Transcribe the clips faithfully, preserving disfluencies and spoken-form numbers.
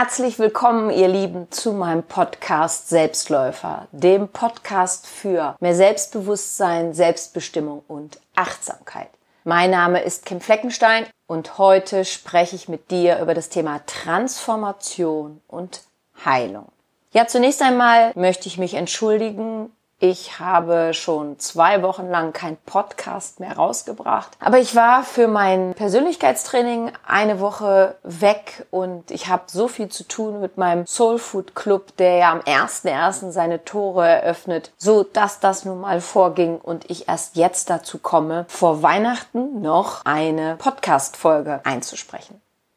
Herzlich willkommen, ihr Lieben, zu meinem Podcast Selbstläufer, dem Podcast für mehr Selbstbewusstsein, Selbstbestimmung und Achtsamkeit. Mein Name ist Kim Fleckenstein und heute spreche ich mit dir über das Thema Transformation und Heilung. Ja, zunächst einmal möchte ich mich entschuldigen. Ich habe schon zwei Wochen lang keinen Podcast mehr rausgebracht. Aber ich war für mein Persönlichkeitstraining eine Woche weg und ich habe so viel zu tun mit meinem Soul Food Club, der ja am ersten ersten seine Tore eröffnet, so dass das nun mal vorging und ich erst jetzt dazu komme, vor Weihnachten noch eine Podcast-Folge einzusprechen.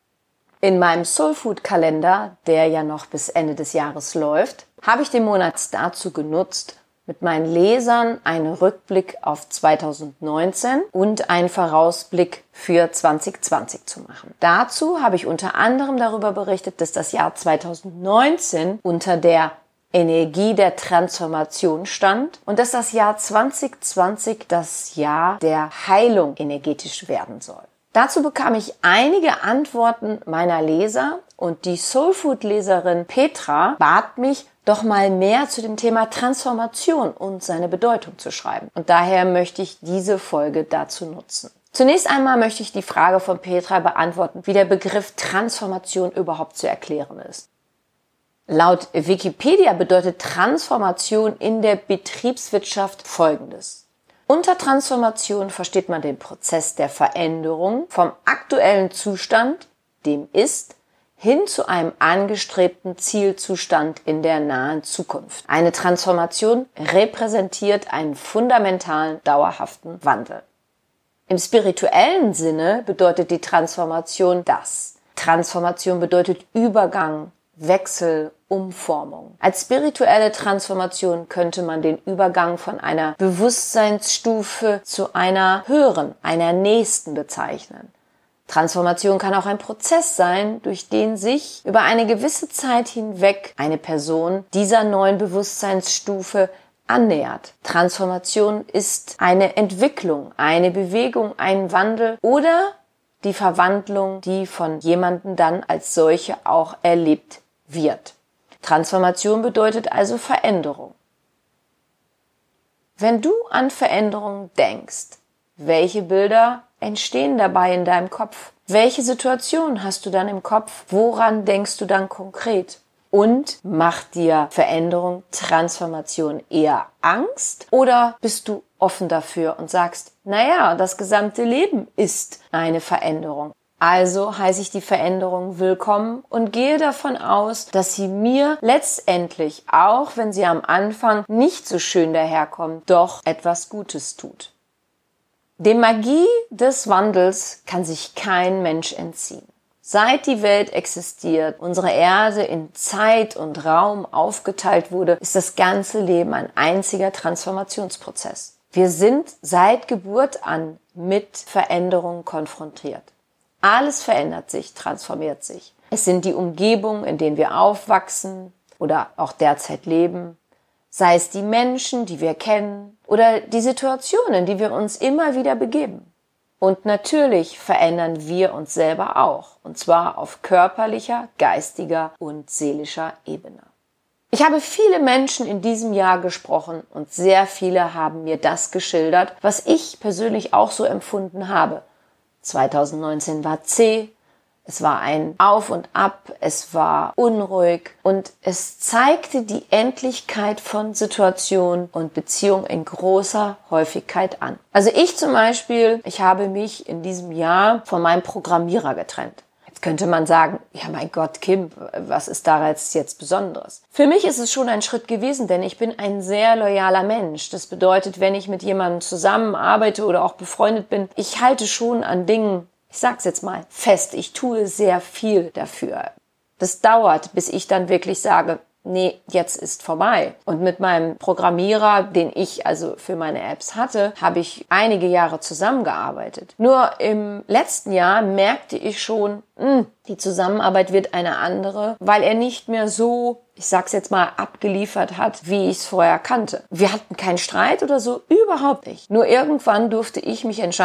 In meinem Soul Food Kalender, der ja noch bis Ende des Jahres läuft, habe ich den Monat dazu genutzt, mit meinen Lesern einen Rückblick auf zweitausendneunzehn und einen Vorausblick für zwanzig zwanzig zu machen. Dazu habe ich unter anderem darüber berichtet, dass das Jahr zweitausendneunzehn unter der Energie der Transformation stand und dass das Jahr zwanzig zwanzig das Jahr der Heilung energetisch werden soll. Dazu bekam ich einige Antworten meiner Leser und die Soulfood-Leserin Petra bat mich, doch mal mehr zu dem Thema Transformation und seine Bedeutung zu schreiben. Und daher möchte ich diese Folge dazu nutzen. Zunächst einmal möchte ich die Frage von Petra beantworten, wie der Begriff Transformation überhaupt zu erklären ist. Laut Wikipedia bedeutet Transformation in der Betriebswirtschaft Folgendes. Unter Transformation versteht man den Prozess der Veränderung vom aktuellen Zustand, dem Ist, hin zu einem angestrebten Zielzustand in der nahen Zukunft. Eine Transformation repräsentiert einen fundamentalen, dauerhaften Wandel. Im spirituellen Sinne bedeutet die Transformation das. Transformation bedeutet Übergang, Wechsel, Umformung. Als spirituelle Transformation könnte man den Übergang von einer Bewusstseinsstufe zu einer höheren, einer nächsten bezeichnen. Transformation kann auch ein Prozess sein, durch den sich über eine gewisse Zeit hinweg eine Person dieser neuen Bewusstseinsstufe annähert. Transformation ist eine Entwicklung, eine Bewegung, ein Wandel oder die Verwandlung, die von jemandem dann als solche auch erlebt wird. Transformation bedeutet also Veränderung. Wenn du an Veränderung denkst, welche Bilder entstehen dabei in deinem Kopf? Welche Situation hast du dann im Kopf? Woran denkst du dann konkret? Und macht dir Veränderung, Transformation eher Angst? Oder bist du offen dafür und sagst, naja, das gesamte Leben ist eine Veränderung. Also heiße ich die Veränderung willkommen und gehe davon aus, dass sie mir letztendlich, auch wenn sie am Anfang nicht so schön daherkommt, doch etwas Gutes tut. Der Magie des Wandels kann sich kein Mensch entziehen. Seit die Welt existiert, unsere Erde in Zeit und Raum aufgeteilt wurde, ist das ganze Leben ein einziger Transformationsprozess. Wir sind seit Geburt an mit Veränderungen konfrontiert. Alles verändert sich, transformiert sich. Es sind die Umgebungen, in denen wir aufwachsen oder auch derzeit leben. Sei es die Menschen, die wir kennen, oder die Situationen, die wir uns immer wieder begeben. Und natürlich verändern wir uns selber auch, und zwar auf körperlicher, geistiger und seelischer Ebene. Ich habe viele Menschen in diesem Jahr gesprochen und sehr viele haben mir das geschildert, was ich persönlich auch so empfunden habe. zweitausendneunzehn war zäh. Es war ein Auf und Ab, es war unruhig und es zeigte die Endlichkeit von Situationen und Beziehungen in großer Häufigkeit an. Also ich zum Beispiel, ich habe mich in diesem Jahr von meinem Programmierer getrennt. Jetzt könnte man sagen, ja mein Gott, Kim, was ist da jetzt, jetzt Besonderes? Für mich ist es schon ein Schritt gewesen, denn ich bin ein sehr loyaler Mensch. Das bedeutet, wenn ich mit jemandem zusammenarbeite oder auch befreundet bin, ich halte schon an Dingen, ich sag's jetzt mal, fest. Ich tue sehr viel dafür. Das dauert, bis ich dann wirklich sage, nee, jetzt ist vorbei. Und mit meinem Programmierer, den ich also für meine Apps hatte, habe ich einige Jahre zusammengearbeitet. Nur im letzten Jahr merkte ich schon, mh, die Zusammenarbeit wird eine andere, weil er nicht mehr so, ich sag's jetzt mal, abgeliefert hat, wie ich es vorher kannte. Wir hatten keinen Streit oder so, überhaupt nicht. Nur irgendwann durfte ich mich entscheiden,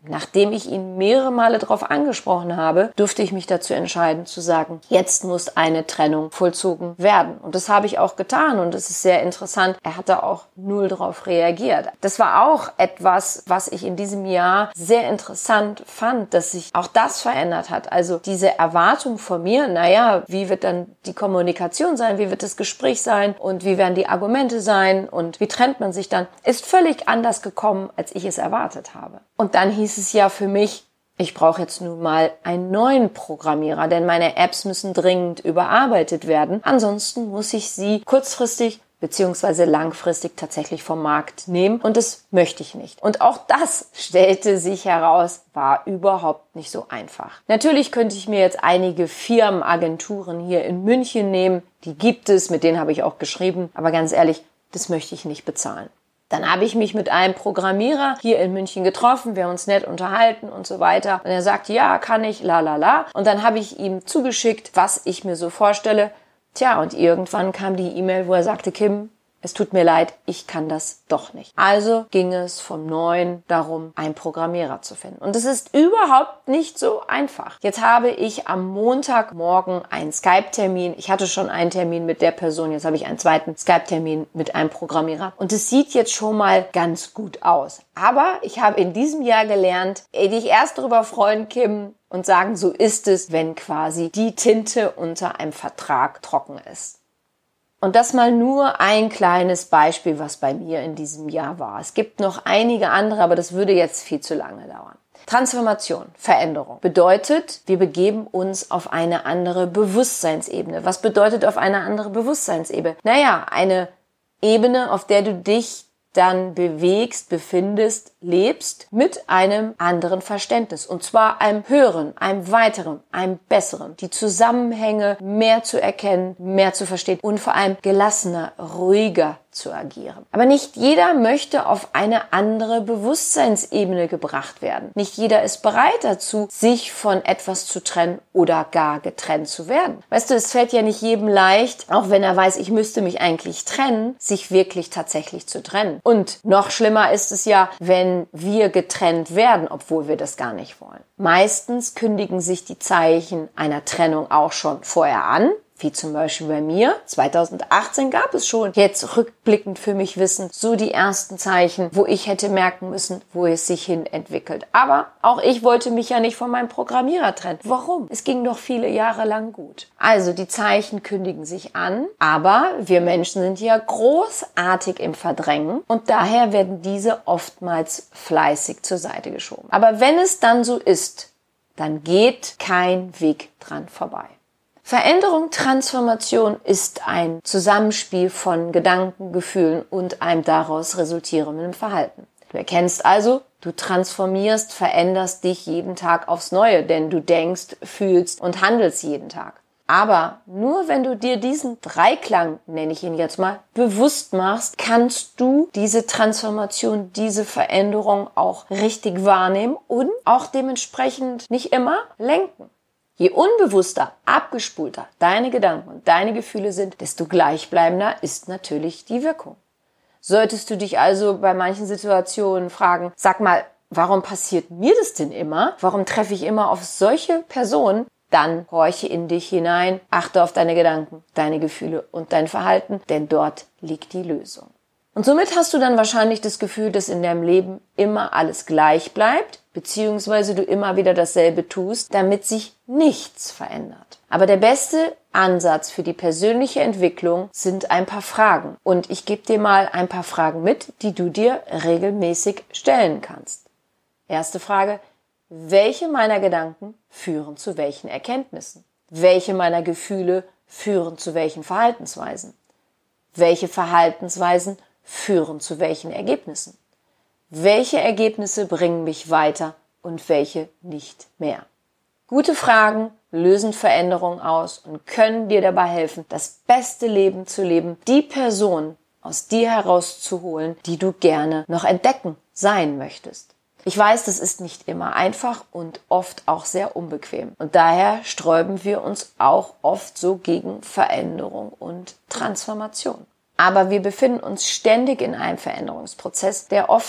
Nachdem ich ihn mehrere Male darauf angesprochen habe, durfte ich mich dazu entscheiden zu sagen, jetzt muss eine Trennung vollzogen werden. Und das habe ich auch getan und es ist sehr interessant. Er hat da auch null darauf reagiert. Das war auch etwas, was ich in diesem Jahr sehr interessant fand, dass sich auch das verändert hat. Also diese Erwartung von mir, naja, wie wird dann die Kommunikation sein, wie wird das Gespräch sein und wie werden die Argumente sein und wie trennt man sich dann, ist völlig anders gekommen, als ich es erwartet habe. Und dann hieß es ja für mich, ich brauche jetzt nun mal einen neuen Programmierer, denn meine Apps müssen dringend überarbeitet werden. Ansonsten muss ich sie kurzfristig beziehungsweise langfristig tatsächlich vom Markt nehmen und das möchte ich nicht. Und auch das stellte sich heraus, war überhaupt nicht so einfach. Natürlich könnte ich mir jetzt einige Firmenagenturen hier in München nehmen, die gibt es, mit denen habe ich auch geschrieben, aber ganz ehrlich, das möchte ich nicht bezahlen. Dann habe ich mich mit einem Programmierer hier in München getroffen, wir haben uns nett unterhalten und so weiter. Und er sagte, ja, kann ich, la la la. Und dann habe ich ihm zugeschickt, was ich mir so vorstelle. Tja, und irgendwann kam die E-Mail, wo er sagte, Kim, es tut mir leid, ich kann das doch nicht. Also ging es vom Neuen darum, einen Programmierer zu finden. Und es ist überhaupt nicht so einfach. Jetzt habe ich am Montagmorgen einen Skype-Termin. Ich hatte schon einen Termin mit der Person, jetzt habe ich einen zweiten Skype-Termin mit einem Programmierer. Und es sieht jetzt schon mal ganz gut aus. Aber ich habe in diesem Jahr gelernt, dich erst darüber freuen, Kim, und sagen, so ist es, wenn quasi die Tinte unter einem Vertrag trocken ist. Und das mal nur ein kleines Beispiel, was bei mir in diesem Jahr war. Es gibt noch einige andere, aber das würde jetzt viel zu lange dauern. Transformation, Veränderung bedeutet, wir begeben uns auf eine andere Bewusstseinsebene. Was bedeutet auf eine andere Bewusstseinsebene? Naja, eine Ebene, auf der du dich dann bewegst, befindest, lebst mit einem anderen Verständnis. Und zwar einem höheren, einem weiteren, einem besseren. Die Zusammenhänge mehr zu erkennen, mehr zu verstehen und vor allem gelassener, ruhiger zu agieren. Aber nicht jeder möchte auf eine andere Bewusstseinsebene gebracht werden. Nicht jeder ist bereit dazu, sich von etwas zu trennen oder gar getrennt zu werden. Weißt du, es fällt ja nicht jedem leicht, auch wenn er weiß, ich müsste mich eigentlich trennen, sich wirklich tatsächlich zu trennen. Und noch schlimmer ist es ja, wenn wir getrennt werden, obwohl wir das gar nicht wollen. Meistens kündigen sich die Zeichen einer Trennung auch schon vorher an. Wie zum Beispiel bei mir. zweitausendachtzehn gab es schon, jetzt rückblickend für mich wissend, so die ersten Zeichen, wo ich hätte merken müssen, wo es sich hin entwickelt. Aber auch ich wollte mich ja nicht von meinem Programmierer trennen. Warum? Es ging doch viele Jahre lang gut. Also die Zeichen kündigen sich an, aber wir Menschen sind ja großartig im Verdrängen und daher werden diese oftmals fleißig zur Seite geschoben. Aber wenn es dann so ist, dann geht kein Weg dran vorbei. Veränderung, Transformation ist ein Zusammenspiel von Gedanken, Gefühlen und einem daraus resultierenden Verhalten. Du erkennst also, du transformierst, veränderst dich jeden Tag aufs Neue, denn du denkst, fühlst und handelst jeden Tag. Aber nur wenn du dir diesen Dreiklang, nenne ich ihn jetzt mal, bewusst machst, kannst du diese Transformation, diese Veränderung auch richtig wahrnehmen und auch dementsprechend nicht immer lenken. Je unbewusster, abgespulter deine Gedanken und deine Gefühle sind, desto gleichbleibender ist natürlich die Wirkung. Solltest du dich also bei manchen Situationen fragen, sag mal, warum passiert mir das denn immer? Warum treffe ich immer auf solche Personen? Dann horche in dich hinein, achte auf deine Gedanken, deine Gefühle und dein Verhalten, denn dort liegt die Lösung. Und somit hast du dann wahrscheinlich das Gefühl, dass in deinem Leben immer alles gleich bleibt, beziehungsweise du immer wieder dasselbe tust, damit sich nichts verändert. Aber der beste Ansatz für die persönliche Entwicklung sind ein paar Fragen. Und ich gebe dir mal ein paar Fragen mit, die du dir regelmäßig stellen kannst. Erste Frage: Welche meiner Gedanken führen zu welchen Erkenntnissen? Welche meiner Gefühle führen zu welchen Verhaltensweisen? Welche Verhaltensweisen führen zu welchen Ergebnissen? Welche Ergebnisse bringen mich weiter und welche nicht mehr? Gute Fragen lösen Veränderungen aus und können dir dabei helfen, das beste Leben zu leben, die Person aus dir herauszuholen, die du gerne noch entdecken, sein möchtest. Ich weiß, das ist nicht immer einfach und oft auch sehr unbequem. Und daher sträuben wir uns auch oft so gegen Veränderung und Transformation. Aber wir befinden uns ständig in einem Veränderungsprozess, der oft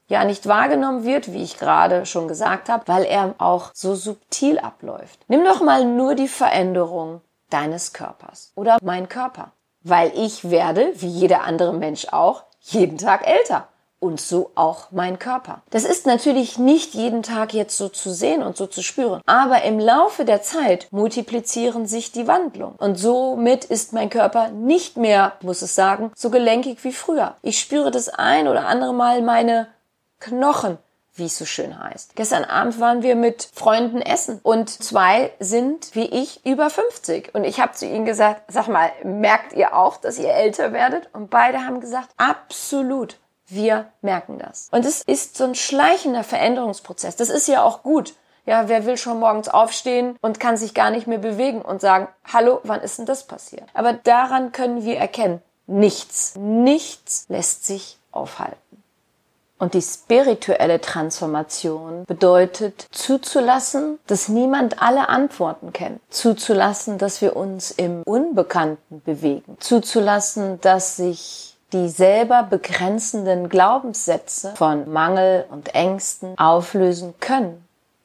ja nicht wahrgenommen wird, wie ich gerade schon gesagt habe, weil er auch so subtil abläuft. Nimm doch mal nur die Veränderung deines Körpers oder mein Körper, weil ich werde, wie jeder andere Mensch auch, jeden Tag älter. Und so auch mein Körper. Das ist natürlich nicht jeden Tag jetzt so zu sehen und so zu spüren. Aber im Laufe der Zeit multiplizieren sich die Wandlungen. Und somit ist mein Körper nicht mehr, muss ich sagen, so gelenkig wie früher. Ich spüre das ein oder andere Mal meine Knochen, wie es so schön heißt. Gestern Abend waren wir mit Freunden essen und zwei sind, wie ich, über fünfzig. Und ich habe zu ihnen gesagt, sag mal, merkt ihr auch, dass ihr älter werdet? Und beide haben gesagt, absolut. Wir merken das. Und es ist so ein schleichender Veränderungsprozess. Das ist ja auch gut. Ja, wer will schon morgens aufstehen und kann sich gar nicht mehr bewegen und sagen, hallo, wann ist denn das passiert? Aber daran können wir erkennen, nichts, nichts lässt sich aufhalten. Und die spirituelle Transformation bedeutet zuzulassen, dass niemand alle Antworten kennt. Zuzulassen, dass wir uns im Unbekannten bewegen. Zuzulassen, dass sich die selber begrenzenden Glaubenssätze von Mangel und Ängsten auflösen können.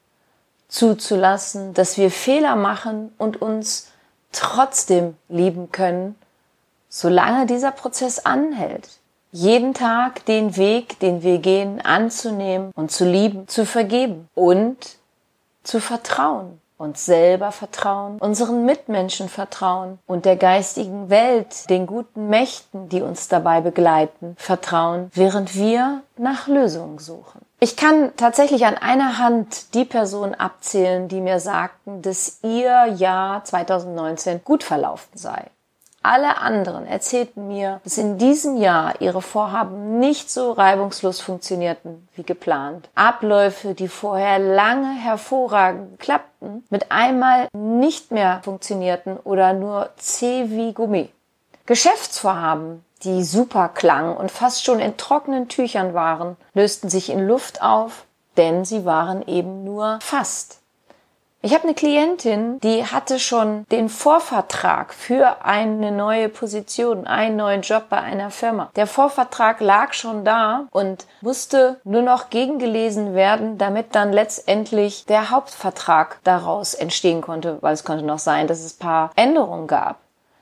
Zuzulassen, dass wir Fehler machen und uns trotzdem lieben können, solange dieser Prozess anhält. Jeden Tag den Weg, den wir gehen, anzunehmen und zu lieben, zu vergeben und zu vertrauen. Uns selber vertrauen, unseren Mitmenschen vertrauen und der geistigen Welt, den guten Mächten, die uns dabei begleiten, vertrauen, während wir nach Lösungen suchen. Ich kann tatsächlich an einer Hand die Personen abzählen, die mir sagten, dass ihr Jahr zwanzig neunzehn gut verlaufen sei. Alle anderen erzählten mir, dass in diesem Jahr ihre Vorhaben nicht so reibungslos funktionierten wie geplant. Abläufe, die vorher lange hervorragend klappten, mit einmal nicht mehr funktionierten oder nur zäh wie Gummi. Geschäftsvorhaben, die super klangen und fast schon in trockenen Tüchern waren, lösten sich in Luft auf, denn sie waren eben nur fast. Ich habe eine Klientin, die hatte schon den Vorvertrag für eine neue Position, einen neuen Job bei einer Firma. Der Vorvertrag lag schon da und musste nur noch gegengelesen werden, damit dann letztendlich der Hauptvertrag daraus entstehen konnte, weil es konnte noch sein, dass es ein paar Änderungen gab.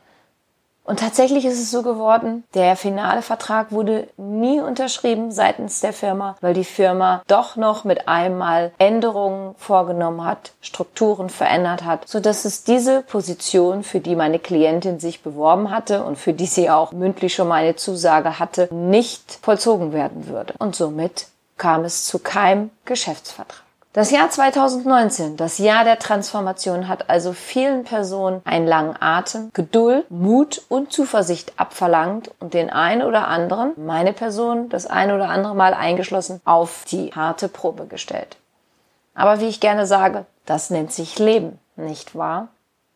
Und tatsächlich ist es so geworden, der finale Vertrag wurde nie unterschrieben seitens der Firma, weil die Firma doch noch mit einmal Änderungen vorgenommen hat, Strukturen verändert hat, sodass es diese Position, für die meine Klientin sich beworben hatte und für die sie auch mündlich schon mal eine Zusage hatte, nicht vollzogen werden würde. Und somit kam es zu keinem Geschäftsvertrag. Das Jahr zwanzig neunzehn, das Jahr der Transformation, hat also vielen Personen einen langen Atem, Geduld, Mut und Zuversicht abverlangt und den einen oder anderen, meine Person, das ein oder andere Mal eingeschlossen, auf die harte Probe gestellt. Aber wie ich gerne sage, das nennt sich Leben, nicht wahr?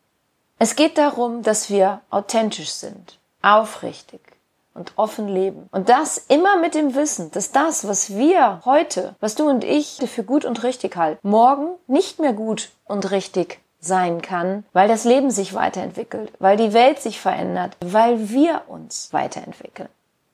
Es geht darum, dass wir authentisch sind, aufrichtig und offen leben. Und das immer mit dem Wissen, dass das, was wir heute, was du und ich für gut und richtig halten, morgen nicht mehr gut und richtig sein kann, weil das Leben sich weiterentwickelt, weil die Welt sich verändert, weil wir uns weiterentwickeln.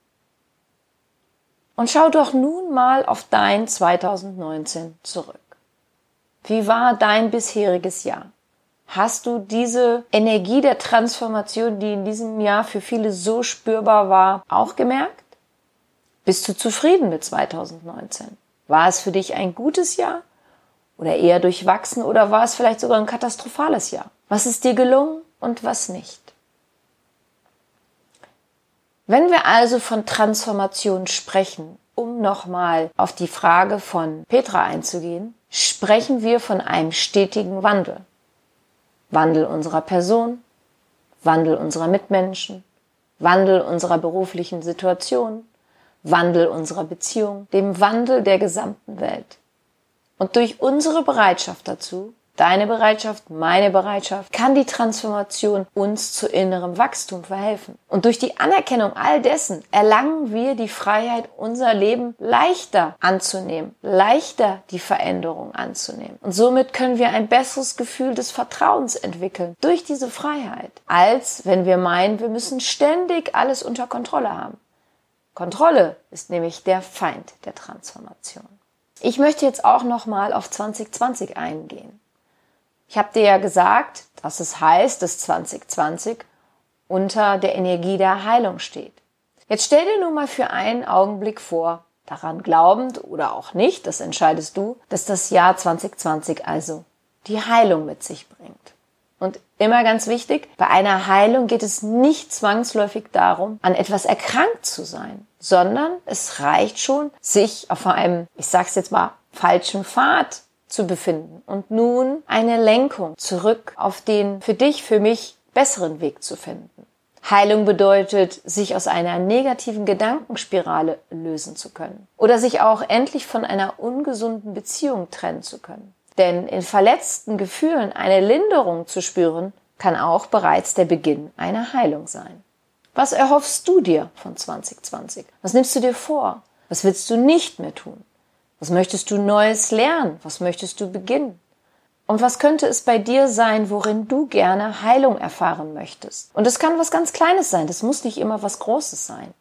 Und schau doch nun mal auf dein zwanzig neunzehn zurück. Wie war dein bisheriges Jahr? Hast du diese Energie der Transformation, die in diesem Jahr für viele so spürbar war, auch gemerkt? Bist du zufrieden mit zwanzig neunzehn? War es für dich ein gutes Jahr oder eher durchwachsen oder war es vielleicht sogar ein katastrophales Jahr? Was ist dir gelungen und was nicht? Wenn wir also von Transformation sprechen, um nochmal auf die Frage von Petra einzugehen, sprechen wir von einem stetigen Wandel. Wandel unserer Person, Wandel unserer Mitmenschen, Wandel unserer beruflichen Situation, Wandel unserer Beziehung, dem Wandel der gesamten Welt. Und durch unsere Bereitschaft dazu, deine Bereitschaft, meine Bereitschaft, kann die Transformation uns zu innerem Wachstum verhelfen. Und durch die Anerkennung all dessen erlangen wir die Freiheit, unser Leben leichter anzunehmen, leichter die Veränderung anzunehmen. Und somit können wir ein besseres Gefühl des Vertrauens entwickeln durch diese Freiheit, als wenn wir meinen, wir müssen ständig alles unter Kontrolle haben. Kontrolle ist nämlich der Feind der Transformation. Ich möchte jetzt auch nochmal auf zwanzig zwanzig eingehen. Ich habe dir ja gesagt, dass es heißt, dass zwanzig zwanzig unter der Energie der Heilung steht. Jetzt stell dir nur mal für einen Augenblick vor, daran glaubend oder auch nicht, das entscheidest du, dass das Jahr zwanzig zwanzig also die Heilung mit sich bringt. Und immer ganz wichtig, bei einer Heilung geht es nicht zwangsläufig darum, an etwas erkrankt zu sein, sondern es reicht schon, sich auf einem, ich sag's jetzt mal, falschen Pfad zu befinden und nun eine Lenkung zurück auf den für dich, für mich besseren Weg zu finden. Heilung bedeutet, sich aus einer negativen Gedankenspirale lösen zu können oder sich auch endlich von einer ungesunden Beziehung trennen zu können. Denn in verletzten Gefühlen eine Linderung zu spüren, kann auch bereits der Beginn einer Heilung sein. Was erhoffst du dir von zwanzig zwanzig? Was nimmst du dir vor? Was willst du nicht mehr tun? Was möchtest du Neues lernen? Was möchtest du beginnen? Und was könnte es bei dir sein, worin du gerne Heilung erfahren möchtest? Und es kann was ganz Kleines sein, das muss nicht immer was Großes sein.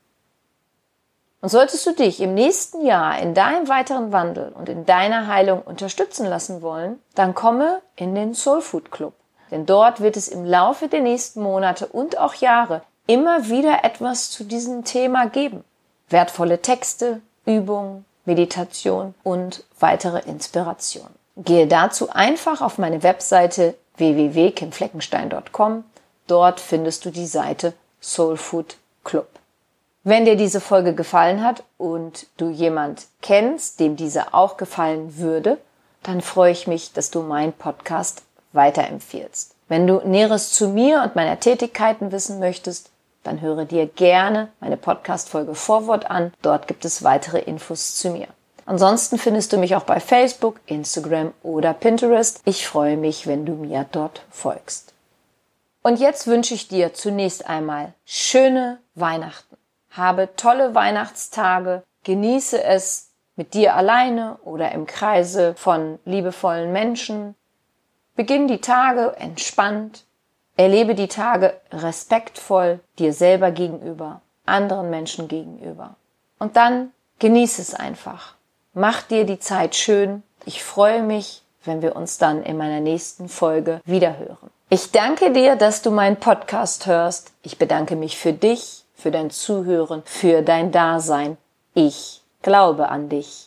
Und solltest du dich im nächsten Jahr in deinem weiteren Wandel und in deiner Heilung unterstützen lassen wollen, dann komme in den Soul Food Club. Denn dort wird es im Laufe der nächsten Monate und auch Jahre immer wieder etwas zu diesem Thema geben. Wertvolle Texte, Übungen, Meditation und weitere Inspiration. Gehe dazu einfach auf meine Webseite w w w punkt kim fleckenstein punkt com. Dort findest du die Seite Soul Food Club. Wenn dir diese Folge gefallen hat und du jemand kennst, dem diese auch gefallen würde, dann freue ich mich, dass du meinen Podcast weiterempfiehlst. Wenn du Näheres zu mir und meiner Tätigkeiten wissen möchtest, dann höre dir gerne meine Podcast-Folge Vorwort an. Dort gibt es weitere Infos zu mir. Ansonsten findest du mich auch bei Facebook, Instagram oder Pinterest. Ich freue mich, wenn du mir dort folgst. Und jetzt wünsche ich dir zunächst einmal schöne Weihnachten. Habe tolle Weihnachtstage, genieße es mit dir alleine oder im Kreise von liebevollen Menschen. Beginn die Tage entspannt, erlebe die Tage respektvoll dir selber gegenüber, anderen Menschen gegenüber. Und dann genieße es einfach. Mach dir die Zeit schön. Ich freue mich, wenn wir uns dann in meiner nächsten Folge wiederhören. Ich danke dir, dass du meinen Podcast hörst. Ich bedanke mich für dich, für dein Zuhören, für dein Dasein. Ich glaube an dich.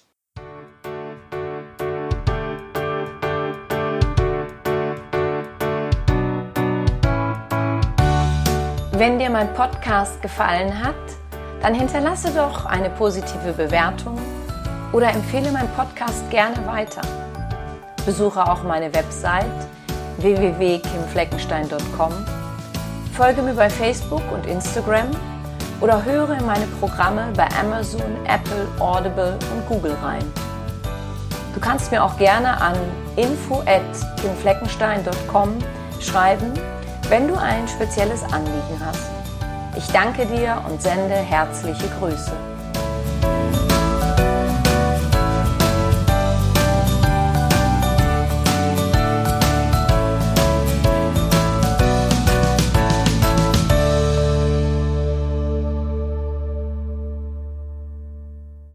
Wenn dir mein Podcast gefallen hat, dann hinterlasse doch eine positive Bewertung oder empfehle meinen Podcast gerne weiter. Besuche auch meine Website w w w punkt kim fleckenstein punkt com, folge mir bei Facebook und Instagram oder höre in meine Programme bei Amazon, Apple, Audible und Google rein. Du kannst mir auch gerne an info at kim fleckenstein punkt com schreiben, wenn du ein spezielles Anliegen hast. Ich danke dir und sende herzliche Grüße.